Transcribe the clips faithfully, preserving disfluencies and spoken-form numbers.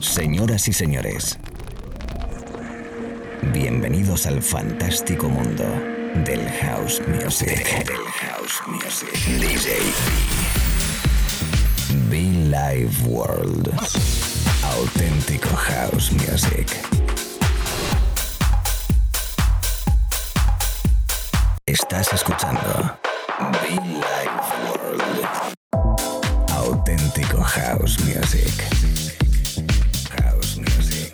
Señoras y señores, bienvenidos al fantástico mundo del house music. Del house music. D J B. Be-Live World. Auténtico house music. Estás escuchando Be-Live World. Auténtico house music. House music.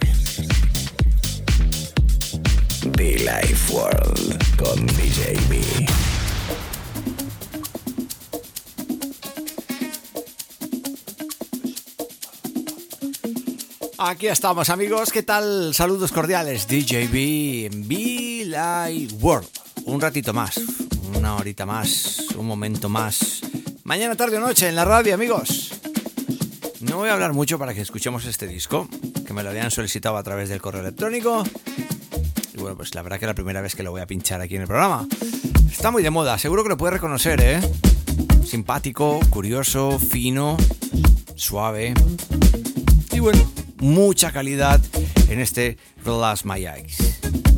Be-Live World con D J B. Aquí estamos, amigos, ¿qué tal? Saludos cordiales, D J B en Be-Live World. Un ratito más, una horita más, un momento más. Mañana, tarde o noche en la radio, amigos. No voy a hablar mucho para que escuchemos este disco, que me lo habían solicitado a través del correo electrónico. Y bueno, pues la verdad que es la primera vez que lo voy a pinchar aquí en el programa. Está muy de moda, seguro que lo puedes reconocer, ¿eh? Simpático, curioso, fino, suave. Y bueno, mucha calidad en este Relax My Eyes.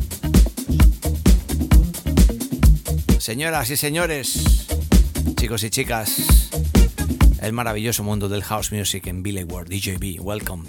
Señoras y señores, chicos y chicas, el maravilloso mundo del house music en Be-Live World. D J B, welcome.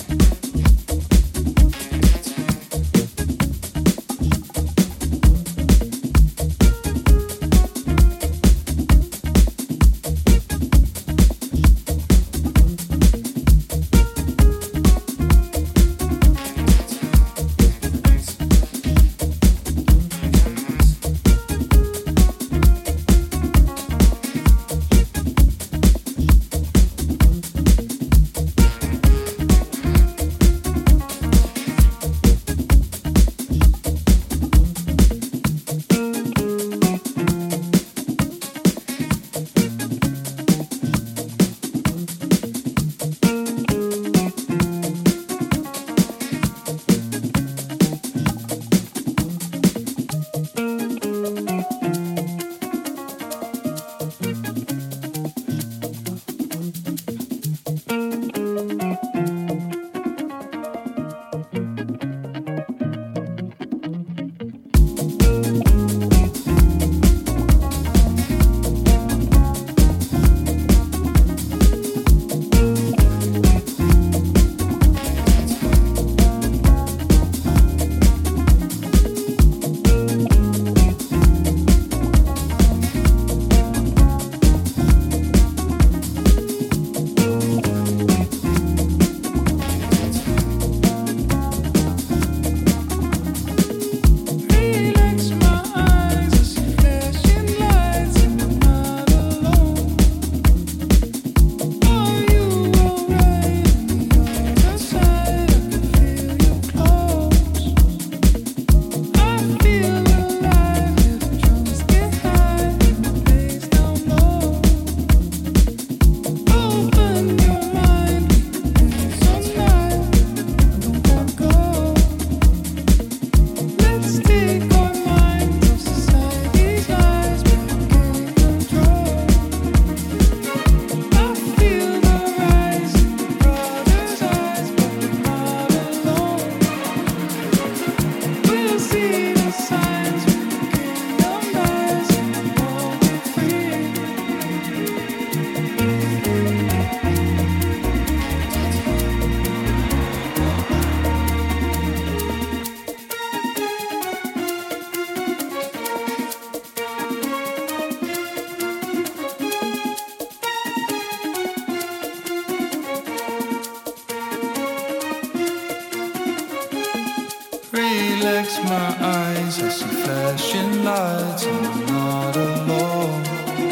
Relax my eyes, I see flashing lights and I'm not alone.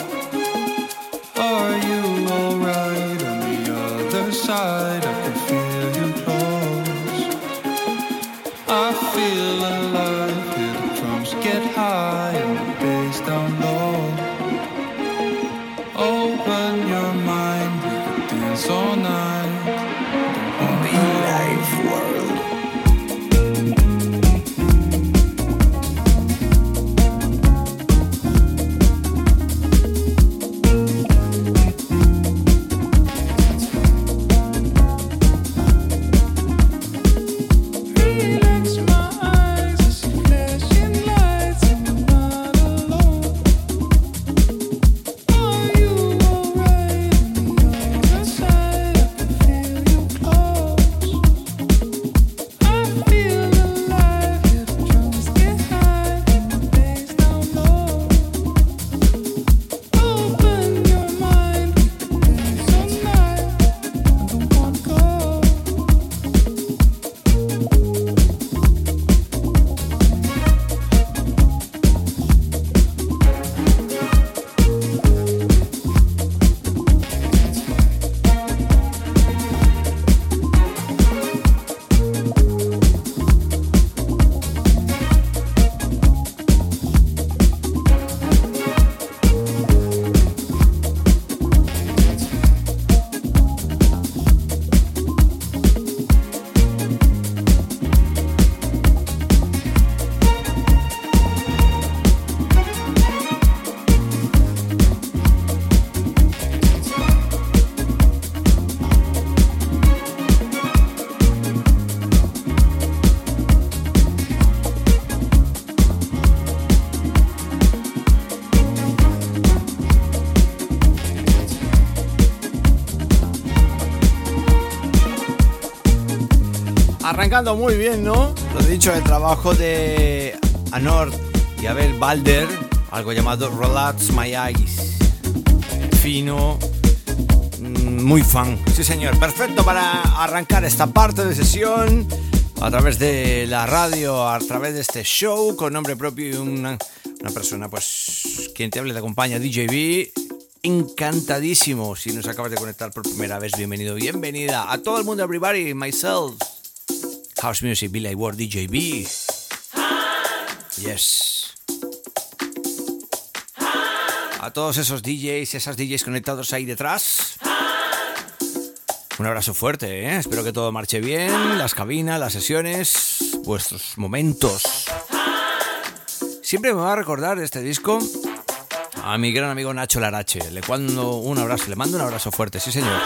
Are you alright on the other side? I can feel you close. I feel alive, hear the drums get high and the bass down low. Open your mind, we could dance all night. Be-Live World. Arrancando muy bien, ¿no? Lo dicho, el trabajo de Anor y Abel Balder, algo llamado Relax My Eyes. Fino, muy fan. Sí, señor. Perfecto para arrancar esta parte de sesión a través de la radio, a través de este show con nombre propio y una, una persona, pues, quien te hable te acompaña, D J B. Encantadísimo. Si nos acabas de conectar por primera vez, bienvenido, bienvenida a todo el mundo, everybody, myself, House Music, Billy Ward, D J B. Yes. A todos esos D Js, esas D Js conectados ahí detrás, un abrazo fuerte, ¿eh? Espero que todo marche bien, las cabinas, las sesiones, vuestros momentos. Siempre me va a recordar este disco a mi gran amigo Nacho Larache. Le mando un abrazo, le mando un abrazo fuerte, sí señor.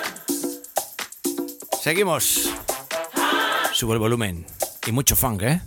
Seguimos. Subo el volumen. Y mucho funk, ¿eh?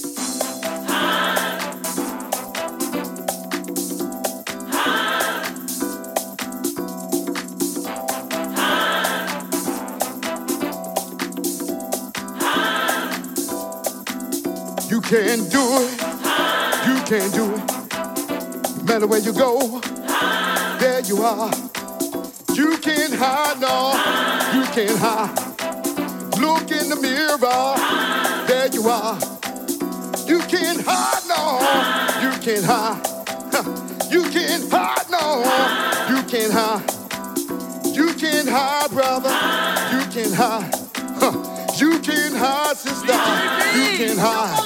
You can't do it. You can't do it. No matter where you go, there you are. You can't hide, no, you can't hide. Look in the mirror, there you are. You can't hide, no, you can't hide. You can't hide, no, you can't hide. You can't hide, brother, you can't hide. You can't hide, sister, you can't hide.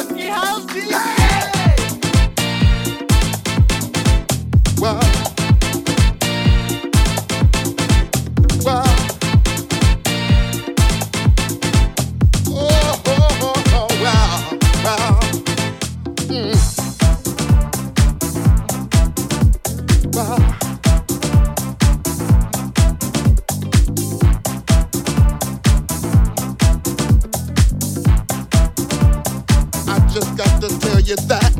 Wow. Wow. Oh, oh, oh, oh, wow, wow. Mm. Wow. I just got to tell you that.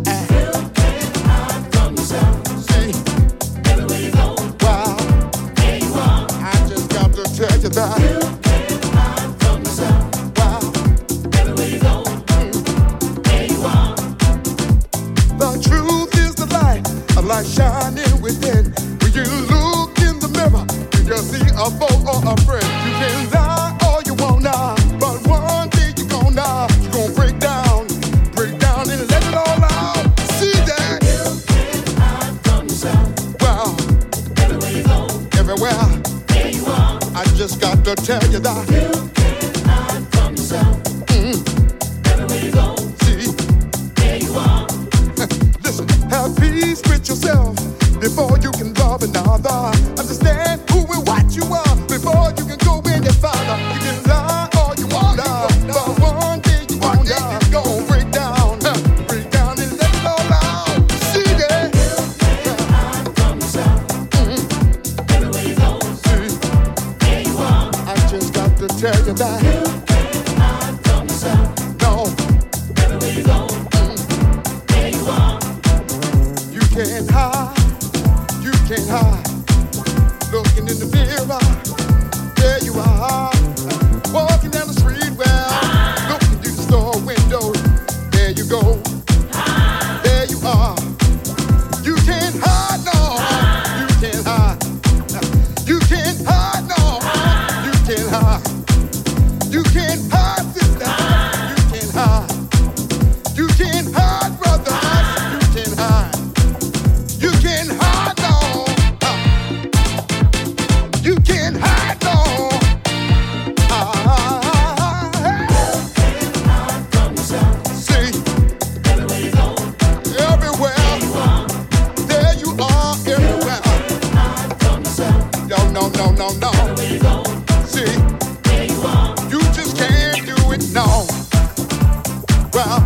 Tell you that. You can't hide from yourself. Wow. Everywhere you go, mm. There you are. The truth is the light, a light shining within. When you look in the mirror, you can see a foe or a friend. You can lie all you want now, but one day you're gonna die. You're gonna break down, break down and let it all out. See that? You can't hide from yourself. Wow. Everywhere you go, everywhere. I just got to tell you that you can't hide from yourself. Mm. Everywhere you go, see, there you are. Listen, have peace with yourself before you can love another. Understand who and what you are before you can go in your father. You can lie all you want to, but one day you won't die. You're gonna break down, break down and let it all out. See that? You can't hide from yourself. Mm. Everywhere you go, see. To tell you that you can't hide from yourself. No. Everywhere you go, mm. There you are. You can't hide. You can't hide. Looking in the mirror, there you are. Walking down the street, well, looking through the store window, there you go. There you are. You can't hide, no. You can't hide. You can't hide, no. You can't hide. You can't hide, sister. You can't hide. You can't hide, brothers. You can't hide. You can't hide, no. You can't hide, no. Ah, you can't hide from yourself. See, everywhere you go, everywhere, there you are, everywhere. You can't hide from yourself. No, no, no, no, no. Everywhere you go, see. You just can't do it, no. Well,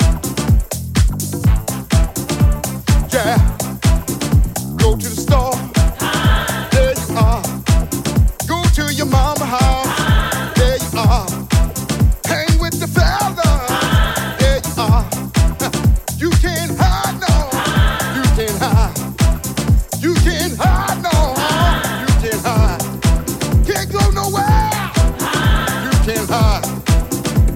yeah. Go to the store, there you are. Go to your mama house, there you are. Hang with the fella, there you are. You can't hide, no. You can't hide. You can't hide, no. You can't hide. Can't go nowhere. You can't hide.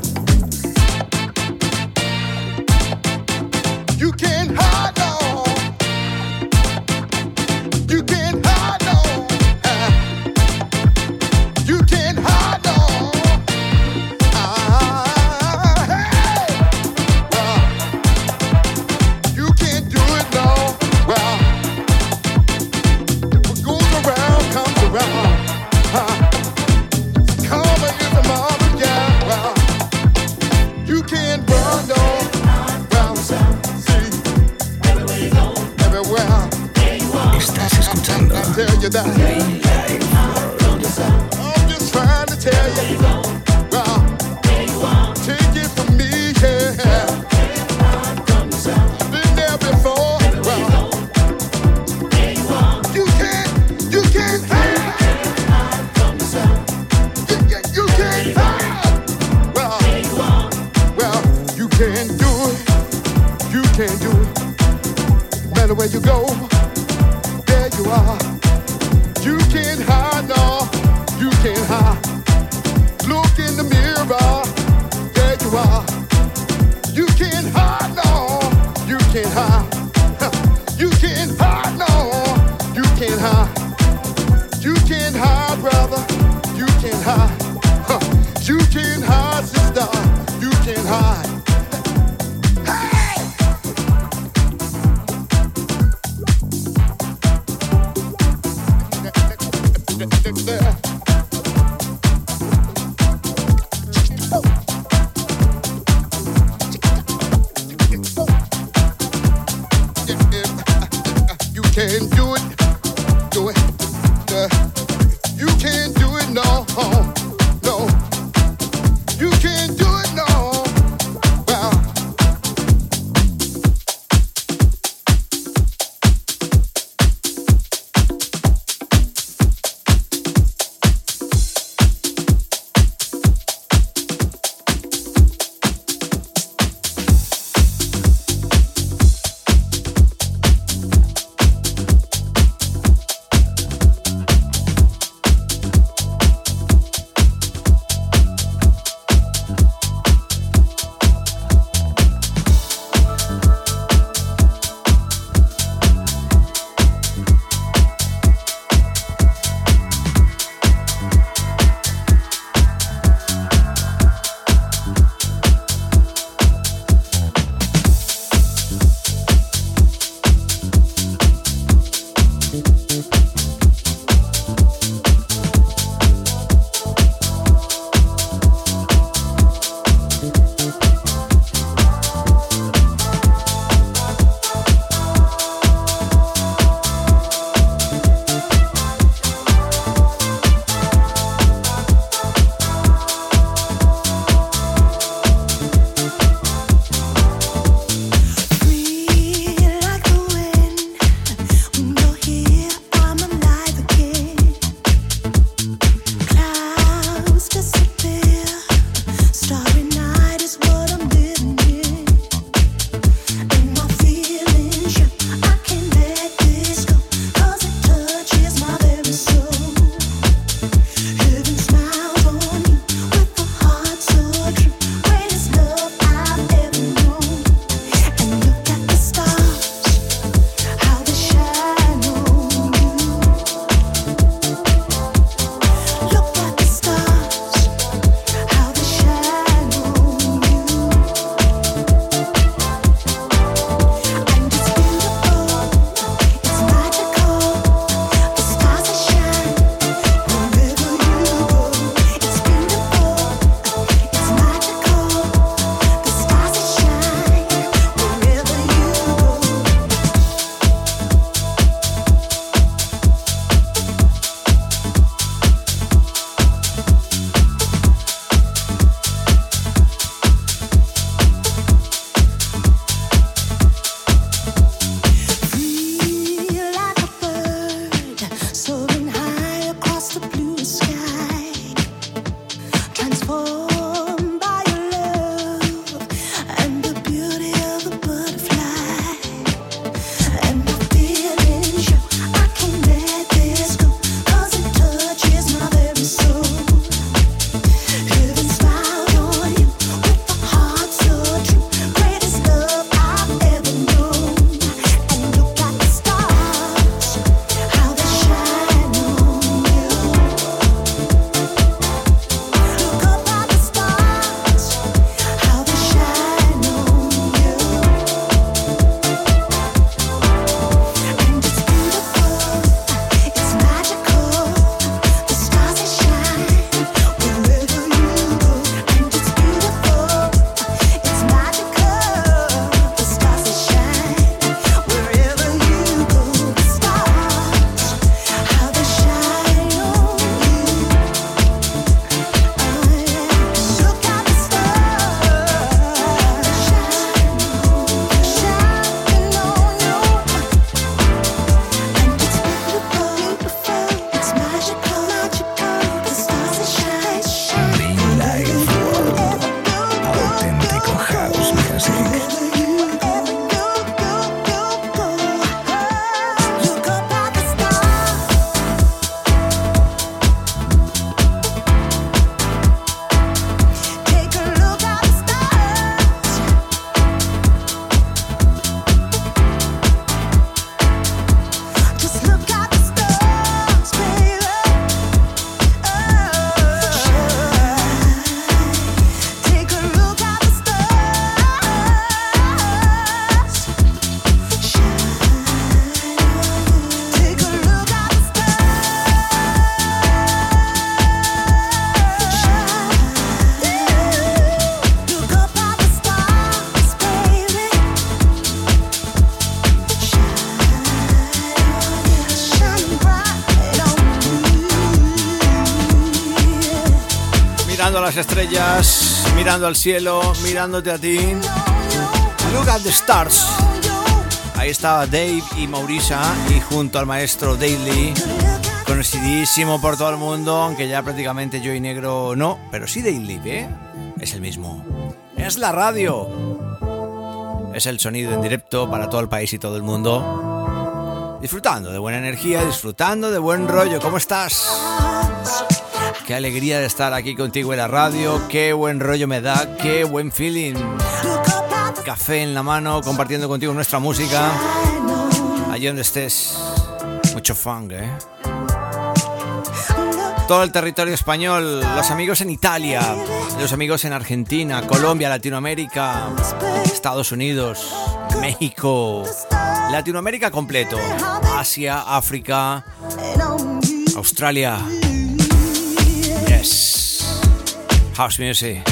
that I'm just trying to tell you, well, take it from me, yeah. Been there before, well, you can't, you can't hide. You, you, you can't hide. Well, well, you can't do it. You can't do it. No matter where you go, there you are. You can't hide, no, you can't hide. Look in the mirror, there you are. You can't hide, no, you can't hide. You can't hide, no, you can't hide. You can't hide, brother, you can't hide. You can't hide, sister, you can't hide. You can't do it, do it. Uh, you can't do it, no, no. You can't do it, no. Well. estrellas, mirando al cielo, mirándote a ti. Look at the stars. Ahí estaba Dave y Maurisa, y junto al maestro Daily, conocidísimo por todo el mundo, aunque ya prácticamente Joy Negro no, pero sí Daily, ¿eh? Es el mismo. Es la radio. Es el sonido en directo para todo el país y todo el mundo. Disfrutando de buena energía, disfrutando de buen rollo. ¿Cómo estás? Qué alegría de estar aquí contigo en la radio. Qué buen rollo me da, qué buen feeling. Café en la mano, compartiendo contigo nuestra música. Allí donde estés. Mucho funk, ¿eh? Todo el territorio español, los amigos en Italia, los amigos en Argentina, Colombia, Latinoamérica, Estados Unidos, México, Latinoamérica completo, Asia, África, Australia. Yes. House music.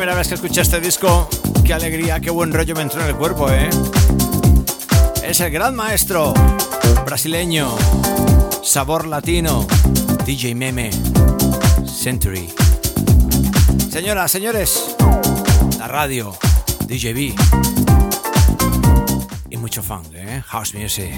primera vez que escuché este disco, qué alegría, qué buen rollo me entró en el cuerpo, ¿eh? Es el gran maestro brasileño, sabor latino, D J Meme, Century. Señoras, señores, la radio, D J B y mucho funk, ¿eh? House music.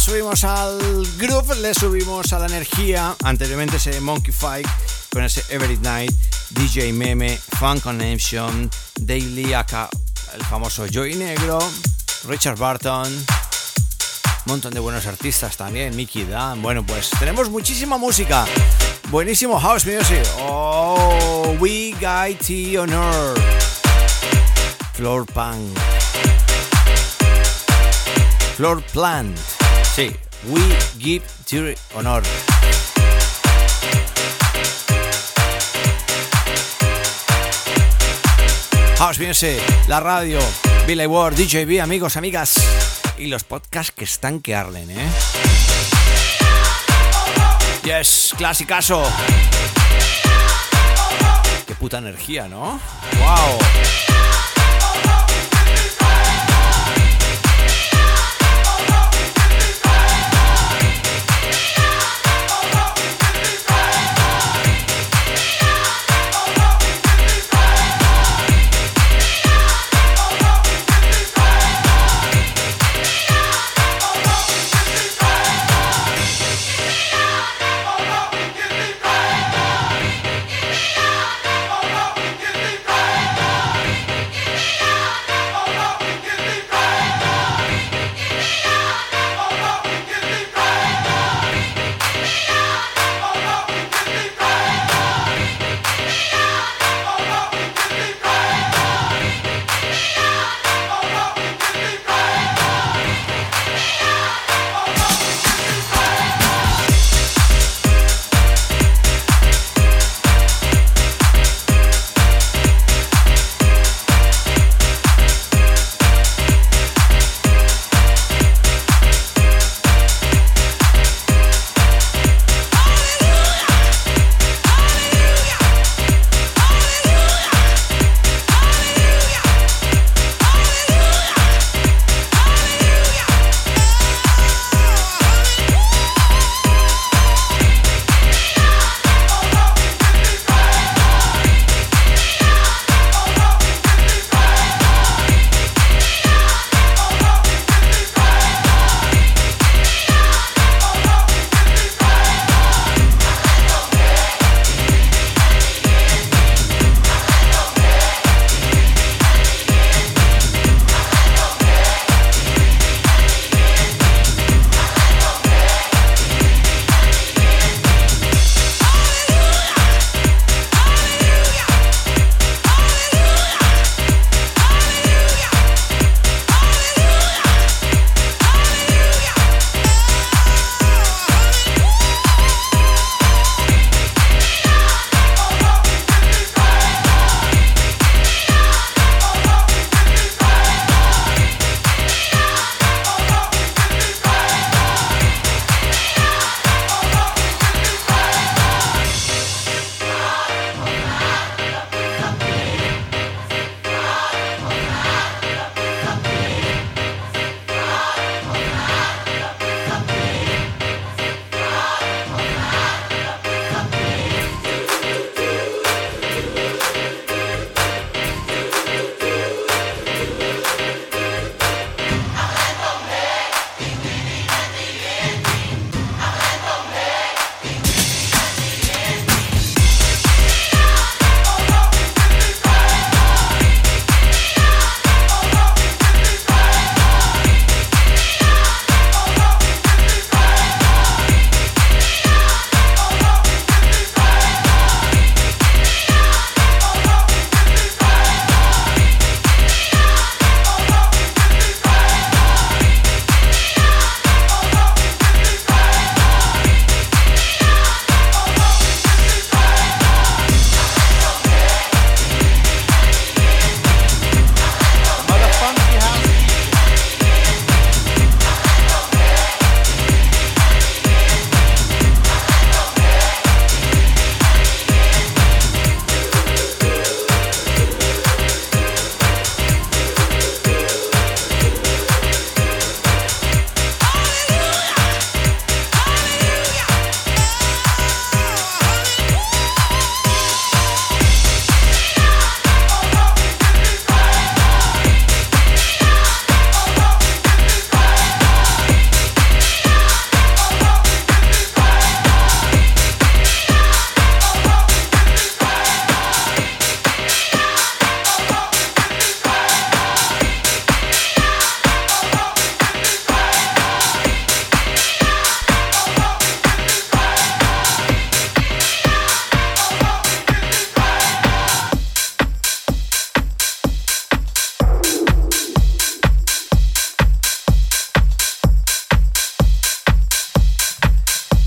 subimos al groove, le subimos a la energía. Anteriormente ese Monkey Fight con ese Every Night, D J Meme, Funk Connection, Daily Aka, el famoso Joey Negro, Richard Burton, un montón de buenos artistas también, Mickey Dan. Bueno, pues tenemos muchísima música, buenísimo house music. Oh, we got the honor, Floor Punk, Floor Plan, sí, we give the honor. House Music, la radio, Billy Ward, D J B, amigos, amigas, y los podcasts que están que arden, ¿eh? Yes, clasicazo. Qué puta energía, ¿no? Wow.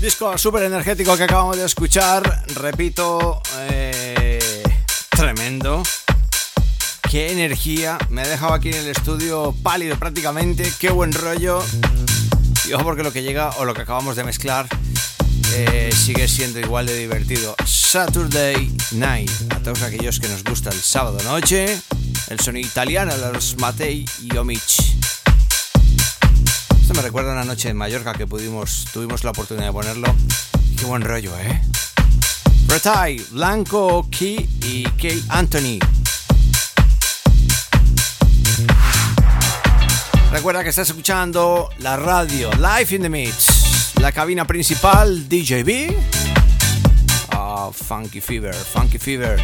Disco súper energético que acabamos de escuchar. Repito, eh, tremendo. Qué energía. Me ha dejado aquí en el estudio pálido prácticamente. Qué buen rollo. Y ojo porque lo que llega o lo que acabamos de mezclar eh, sigue siendo igual de divertido. Saturday Night. A todos aquellos que nos gusta el sábado noche. El sonido italiano de los Matei y Omich. Esto me recuerda a una noche en Mallorca que pudimos, tuvimos la oportunidad de ponerlo. Qué buen rollo, ¿eh? Retai, Blanco, Key y Kay Anthony. Recuerda que estás escuchando la radio Live in the Mix. La cabina principal, D J B. Oh, Funky Fever, Funky Fever.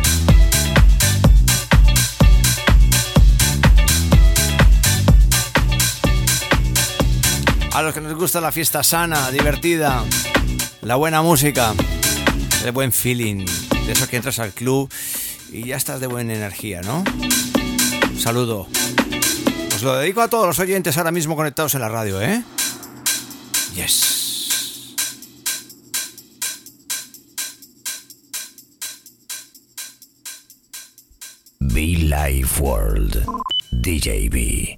A los que nos gusta la fiesta sana, divertida, la buena música, el buen feeling, de eso que entras al club y ya estás de buena energía, ¿no? Un saludo. Os lo dedico a todos los oyentes ahora mismo conectados en la radio, ¿eh? Yes. Be Life World, D J B.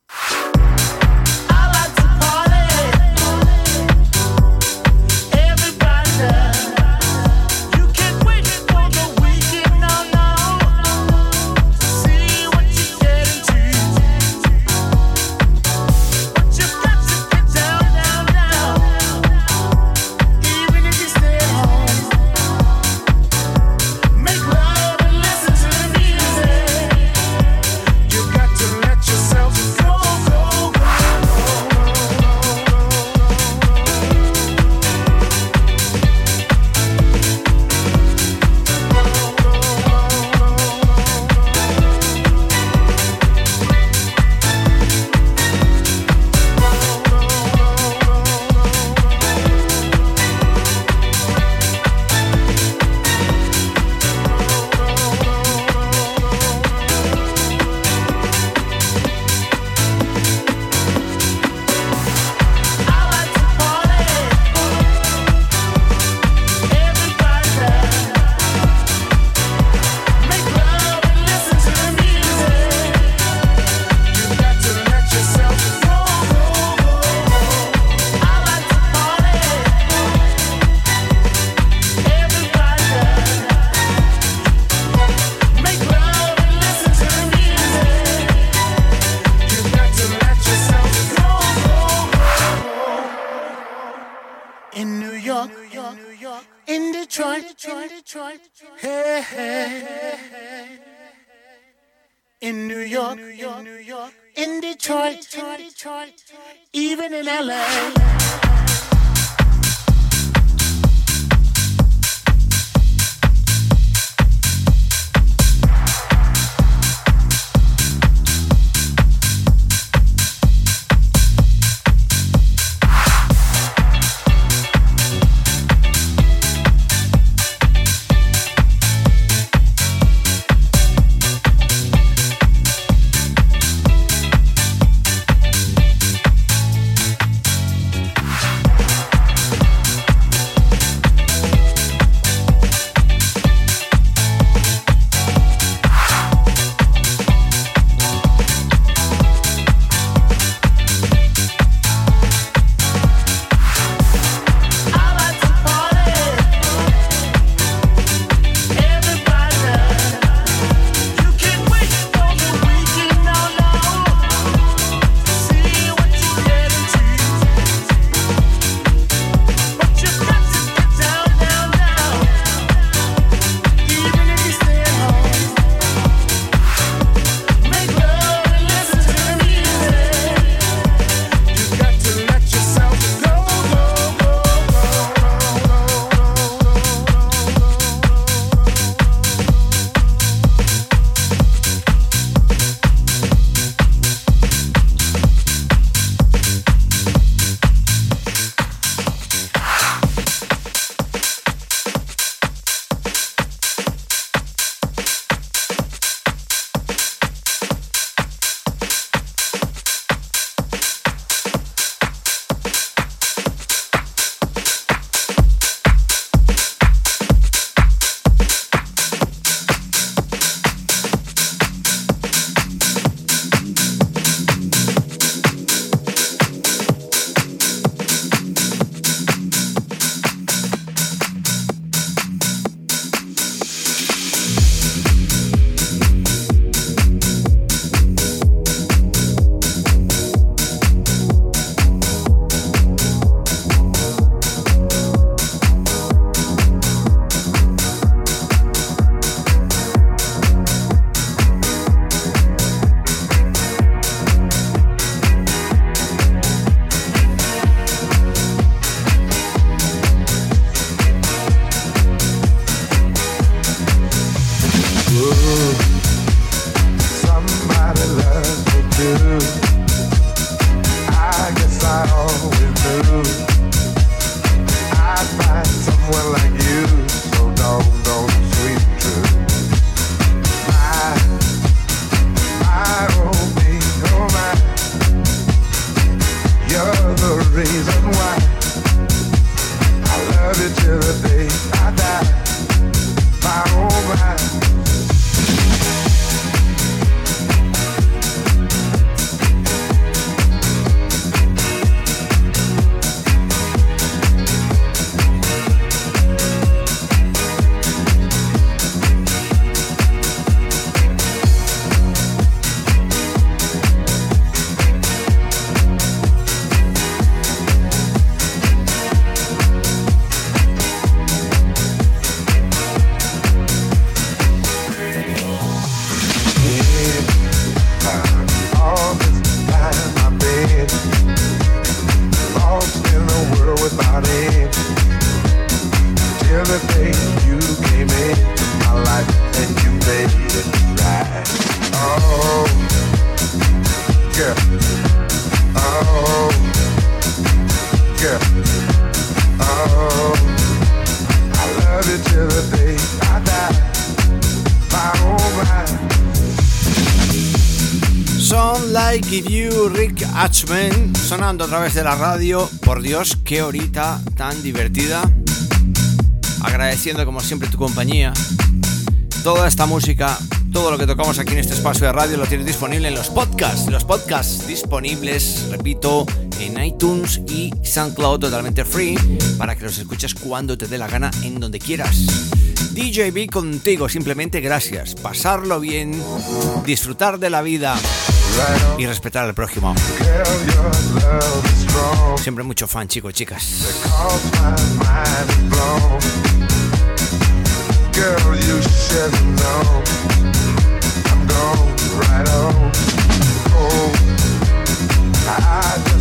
Hey, hey, hey. In New York, in New York, in Detroit, in Detroit, even in L A. reason why I love you till the day I die. My oh my. Give You, Rick Ashman, sonando a través de la radio. Por Dios, qué horita tan divertida. Agradeciendo como siempre tu compañía. Toda esta música, todo lo que tocamos aquí en este espacio de radio lo tienes disponible en los podcasts. Los podcasts disponibles, repito, en iTunes y SoundCloud, totalmente free, para que los escuches cuando te dé la gana, en donde quieras. D J B contigo, simplemente gracias. Pasarlo bien, disfrutar de la vida y respetar al prójimo. Siempre mucho fan, chicos, chicas. Girl, you should know I'm going right on. Oh, I